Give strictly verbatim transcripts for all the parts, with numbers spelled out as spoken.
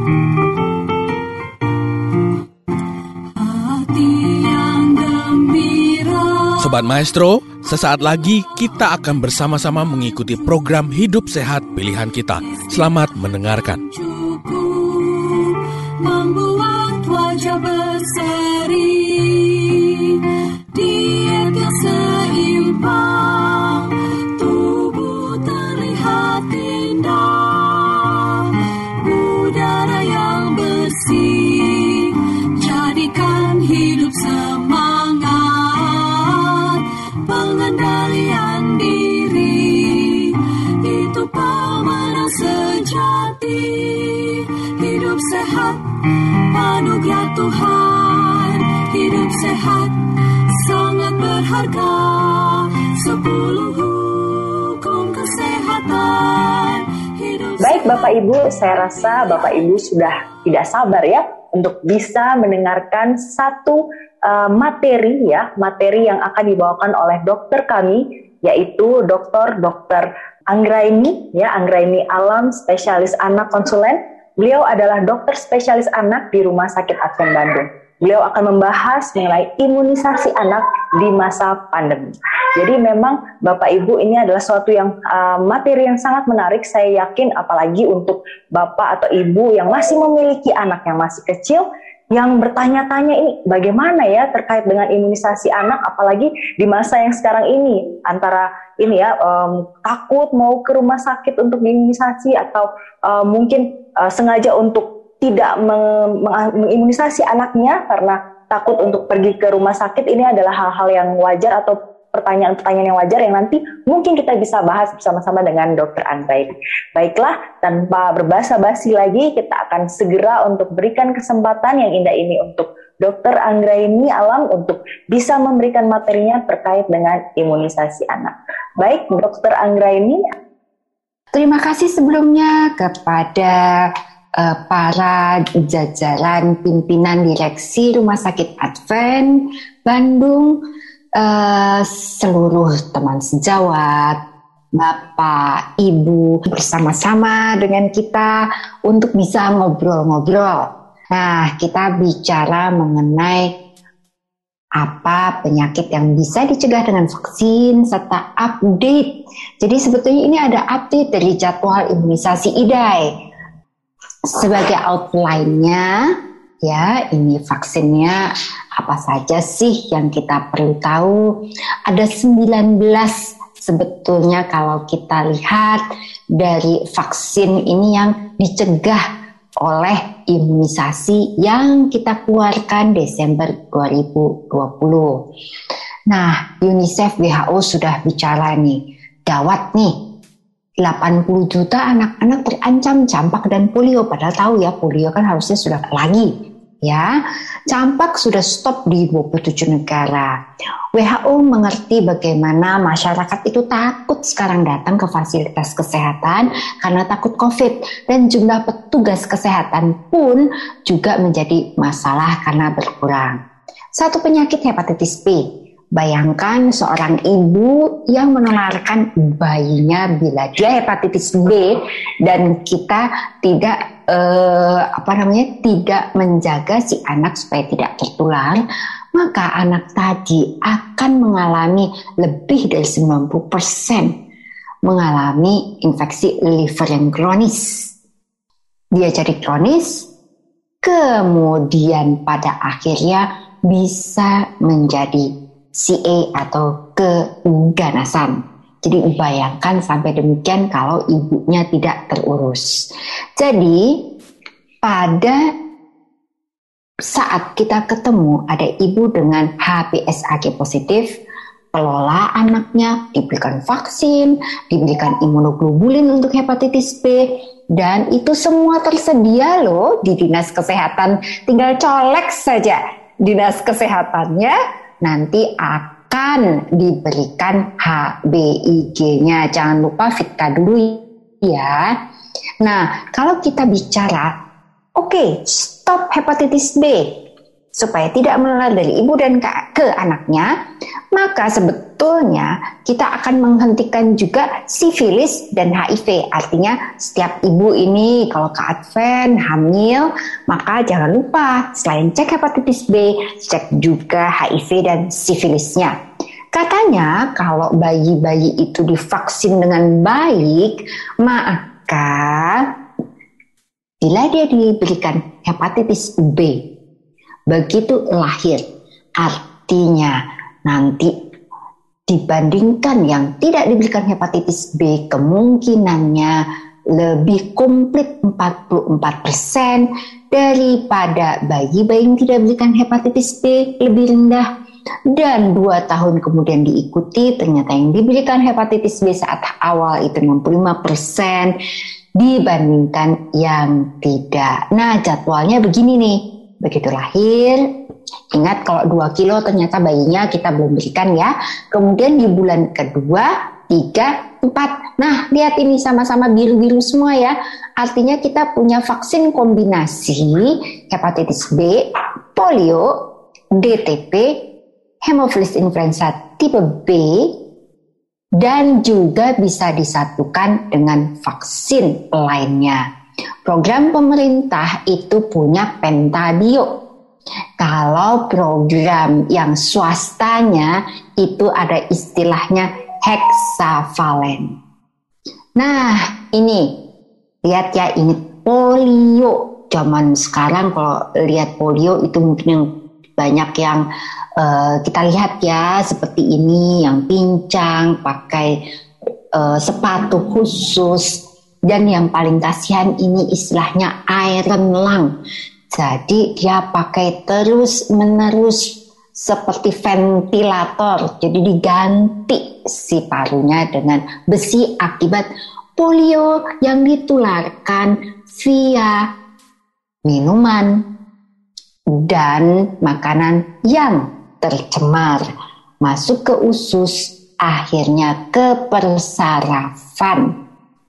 Sobat Maestro, sesaat lagi kita akan bersama-sama mengikuti program Hidup Sehat Pilihan Kita. Selamat mendengarkan. Membuat wajah berseri, diet yang seimbang, tubuh terlihat indah, udara yang bersih, jadikan hidup semangat, pengendalian diri, itu pemenang sejati. Hidup sehat, anugerah Tuhan. Hidup sehat, sangat berharga. Sepuluh hukum kesehatan. Hidup Baik sehat. Bapak Ibu, saya rasa Bapak Ibu sudah tidak sabar ya untuk bisa mendengarkan satu uh, materi ya, materi yang akan dibawakan oleh dokter kami, yaitu Dokter Dokter Anggraini ya, Anggraini Alam, spesialis anak konsulen. Beliau adalah dokter spesialis anak di Rumah Sakit Advent Bandung. Beliau akan membahas mengenai imunisasi anak di masa pandemi. Jadi memang Bapak Ibu, ini adalah suatu yang uh, materi yang sangat menarik. Saya yakin apalagi untuk Bapak atau Ibu yang masih memiliki anak yang masih kecil, yang bertanya-tanya ini bagaimana ya terkait dengan imunisasi anak, apalagi di masa yang sekarang ini, antara ini ya um, takut mau ke rumah sakit untuk diimunisasi atau uh, mungkin uh, sengaja untuk tidak meng- meng- mengimunisasi anaknya karena takut untuk pergi ke rumah sakit. Ini adalah hal-hal yang wajar atau pertanyaan-pertanyaan yang wajar yang nanti mungkin kita bisa bahas bersama-sama dengan Dokter Anggraini. Baiklah, tanpa berbasa-basi lagi, kita akan segera untuk berikan kesempatan yang indah ini untuk Dokter Anggraini Alam untuk bisa memberikan materinya terkait dengan imunisasi anak. Baik, Dokter Anggraini. Terima kasih sebelumnya kepada uh, para jajaran pimpinan direksi Rumah Sakit Advent Bandung, uh, seluruh teman sejawat, Bapak, Ibu, bersama-sama dengan kita untuk bisa ngobrol-ngobrol. Nah, kita bicara mengenai apa penyakit yang bisa dicegah dengan vaksin serta update. Jadi sebetulnya ini ada update dari jadwal imunisasi I D A I. Sebagai outline-nya, ya, ini vaksinnya apa saja sih yang kita perlu tahu? Ada sembilan belas sebetulnya kalau kita lihat dari vaksin ini yang dicegah oleh imunisasi yang kita keluarkan Desember dua ribu dua puluh. Nah, UNICEF W H O sudah bicara nih, gawat nih, delapan puluh juta anak-anak terancam campak dan polio. Padahal tahu ya, polio kan harusnya sudah lagi. Ya, campak sudah stop di dua puluh tujuh negara. W H O mengerti bagaimana masyarakat itu takut sekarang datang ke fasilitas kesehatan karena takut COVID, dan jumlah petugas kesehatan pun juga menjadi masalah karena berkurang. Satu penyakit hepatitis B. Bayangkan seorang ibu yang menularkan bayinya bila dia hepatitis B dan kita tidak eh, apa namanya tidak menjaga si anak supaya tidak tertular, maka anak tadi akan mengalami lebih dari sembilan puluh persen mengalami infeksi liver yang kronis. Dia jadi kronis, kemudian pada akhirnya bisa menjadi C A atau keganasan. Jadi bayangkan sampai demikian kalau ibunya tidak terurus. Jadi pada saat kita ketemu ada ibu dengan H B S A G positif, kelola anaknya, diberikan vaksin, diberikan imunoglobulin untuk hepatitis B, dan itu semua tersedia loh di Dinas Kesehatan. Tinggal colek saja Dinas Kesehatannya, nanti akan diberikan H B I G-nya. Jangan lupa Fitka dulu ya. Nah, kalau kita bicara, oke, okay, stop hepatitis B. supaya tidak menular dari ibu dan ke, ke anaknya, maka sebetulnya kita akan menghentikan juga sifilis dan H I V. Artinya setiap ibu ini kalau ke Advent hamil, maka jangan lupa selain cek hepatitis B, cek juga H I V dan sifilisnya. Katanya kalau bayi-bayi itu divaksin dengan baik, maka bila dia diberikan hepatitis B, begitu lahir, artinya nanti dibandingkan yang tidak diberikan hepatitis B, kemungkinannya lebih komplit empat puluh empat persen daripada bayi-bayi yang tidak diberikan hepatitis B, lebih rendah. Dan dua tahun kemudian diikuti, ternyata yang diberikan hepatitis B saat awal itu enam puluh lima persen dibandingkan yang tidak. Nah, jadwalnya begini nih. Begitu lahir, ingat kalau dua kilo ternyata bayinya kita belum berikan ya. Kemudian di bulan kedua, tiga, empat. Nah, lihat ini sama-sama biru-biru semua ya. Artinya kita punya vaksin kombinasi hepatitis B, polio, D T P, hemofilis influenza tipe B, dan juga bisa disatukan dengan vaksin lainnya. Program pemerintah itu punya pentabio. Kalau program yang swastanya itu ada istilahnya hexavalen. Nah, ini lihat ya, ini polio. Zaman sekarang kalau lihat polio itu mungkin yang banyak yang uh, kita lihat ya, seperti ini yang pincang, pakai uh, sepatu khusus. Dan yang paling kasihan ini istilahnya iron lung. Jadi dia pakai terus menerus seperti ventilator. Jadi diganti si parunya dengan besi akibat polio yang ditularkan via minuman dan makanan yang tercemar. Masuk ke usus, akhirnya ke persarafan.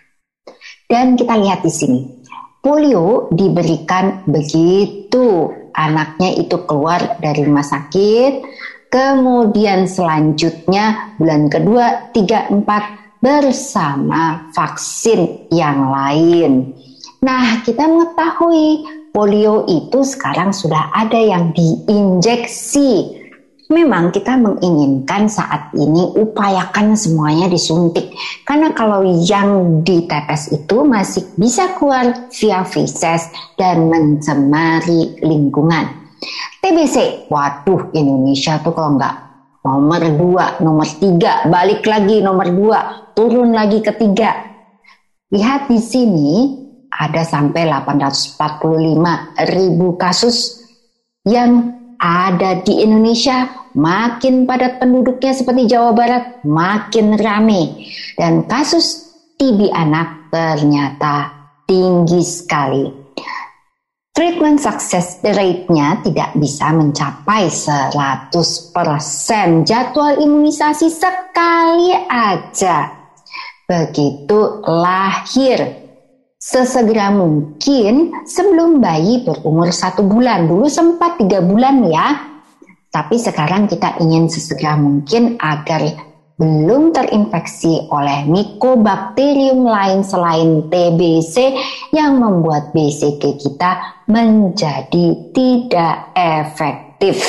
Dan kita lihat di sini, polio diberikan begitu anaknya itu keluar dari rumah sakit, kemudian selanjutnya bulan kedua, tiga, empat bersama vaksin yang lain. Nah, kita mengetahui polio itu sekarang sudah ada yang diinjeksi. Memang kita menginginkan saat ini upayakan semuanya disuntik. Karena kalau yang ditetes itu masih bisa keluar via feses dan mencemari lingkungan. T B C, waduh Indonesia tuh kalau nggak nomor dua, nomor tiga, balik lagi nomor dua, turun lagi ke tiga. Lihat di sini ada sampai delapan ratus empat puluh lima ribu kasus yang ada di Indonesia. Makin padat penduduknya seperti Jawa Barat, makin rame. Dan kasus T B anak ternyata tinggi sekali. Treatment success rate-nya tidak bisa mencapai seratus persen. Jadwal imunisasi sekali aja. Begitu lahir, sesegera mungkin sebelum bayi berumur satu bulan. Dulu sempat tiga bulan ya. Tapi sekarang kita ingin sesegera mungkin agar belum terinfeksi oleh mikobakterium lain selain T B C yang membuat B C G kita menjadi tidak efektif.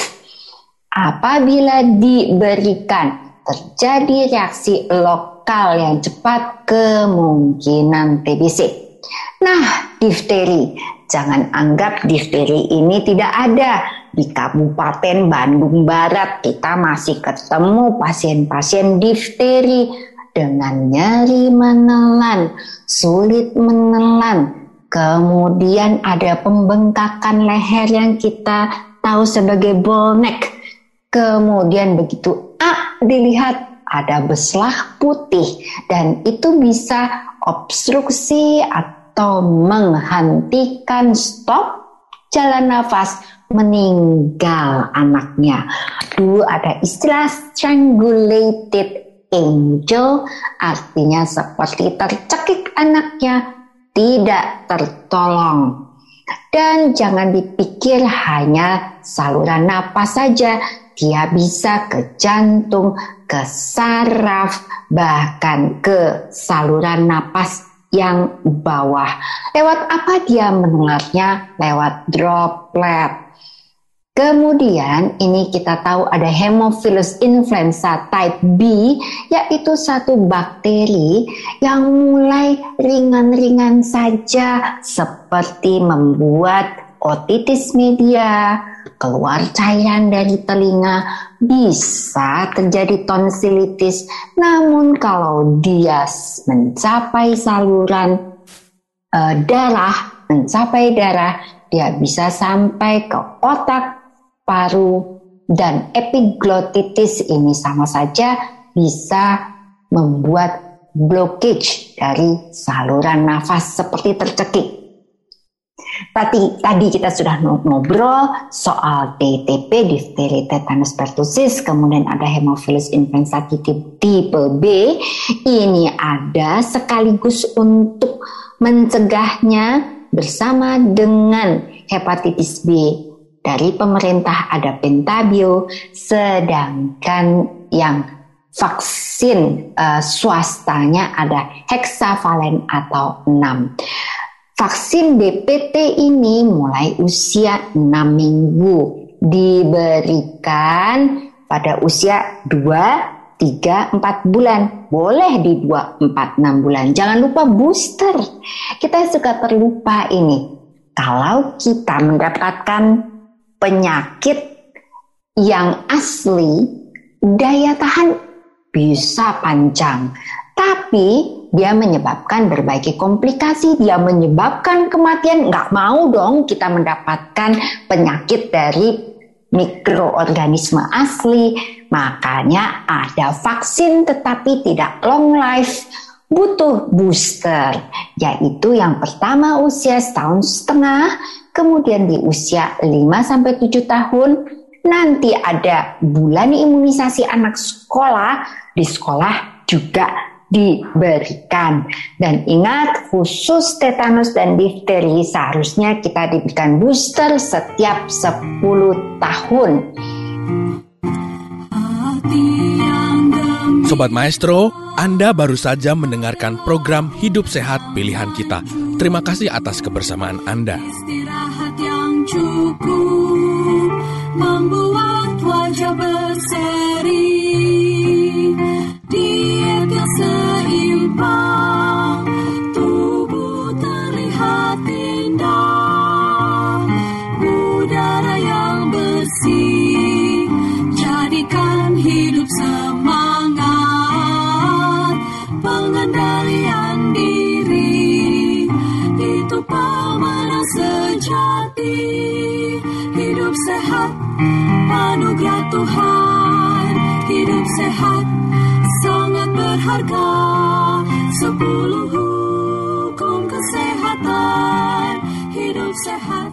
Apabila diberikan terjadi reaksi lokal yang cepat, kemungkinan T B C. Nah, difteri, jangan anggap difteri ini tidak ada. Di Kabupaten Bandung Barat kita masih ketemu pasien-pasien difteri dengan nyeri menelan, sulit menelan. Kemudian ada pembengkakan leher yang kita tahu sebagai bollneck. Kemudian begitu A dilihat ada beslah putih dan itu bisa obstruksi atau menghentikan stop jalan nafas, meninggal anaknya. Dulu ada istilah strangulated angel, artinya seperti tercekik anaknya, tidak tertolong. Dan jangan dipikir hanya saluran napas saja, dia bisa ke jantung, ke saraf, bahkan ke saluran napas yang bawah. Lewat apa dia menularnya? Lewat droplet. Kemudian ini kita tahu ada Haemophilus influenza type B, yaitu satu bakteri yang mulai ringan-ringan saja seperti membuat otitis media, keluar cairan dari telinga, bisa terjadi tonsilitis. Namun kalau dia mencapai saluran uh, darah, mencapai darah, dia bisa sampai ke otak, paru, dan epiglotitis. Ini sama saja bisa membuat blockage dari saluran nafas seperti tercekik. Tadi, tadi kita sudah ngobrol soal D T P, difteri, tetanus pertussis, kemudian ada Haemophilus influenza tipe B. Ini ada sekaligus untuk mencegahnya bersama dengan hepatitis B. Dari pemerintah ada Pentabio, sedangkan yang vaksin uh, swastanya ada hexavalen atau enam. Vaksin D P T ini mulai usia enam minggu, diberikan pada usia dua, tiga, empat bulan. Boleh di dua, empat, enam bulan. Jangan lupa booster. Kita suka terlupa ini. Kalau kita mendapatkan penyakit yang asli, daya tahan bisa panjang, tapi dia menyebabkan berbagai komplikasi, dia menyebabkan kematian. Nggak mau dong kita mendapatkan penyakit dari mikroorganisme asli. Makanya ada vaksin tetapi tidak long life, butuh booster, yaitu yang pertama usia setahun setengah, kemudian di usia lima sampai tujuh tahun, nanti ada bulan imunisasi anak sekolah, di sekolah juga diberikan. Dan ingat, khusus tetanus dan difteri seharusnya kita diberikan booster setiap sepuluh tahun. Sobat Maestro, Anda baru saja mendengarkan program Hidup Sehat Pilihan Kita. Terima kasih atas kebersamaan Anda. Istirahat yang cukup membuat wajah berseri, diet yang seimbang, tubuh terlihat indah, udara yang bersih, jadikan hidup semangat, pengendalian diri, itu pemenang sejati. Hidup sehat, anugerah Tuhan. Hidup sehat, sangat berharga. Sepuluh hukum kesehatan. Hidup sehat.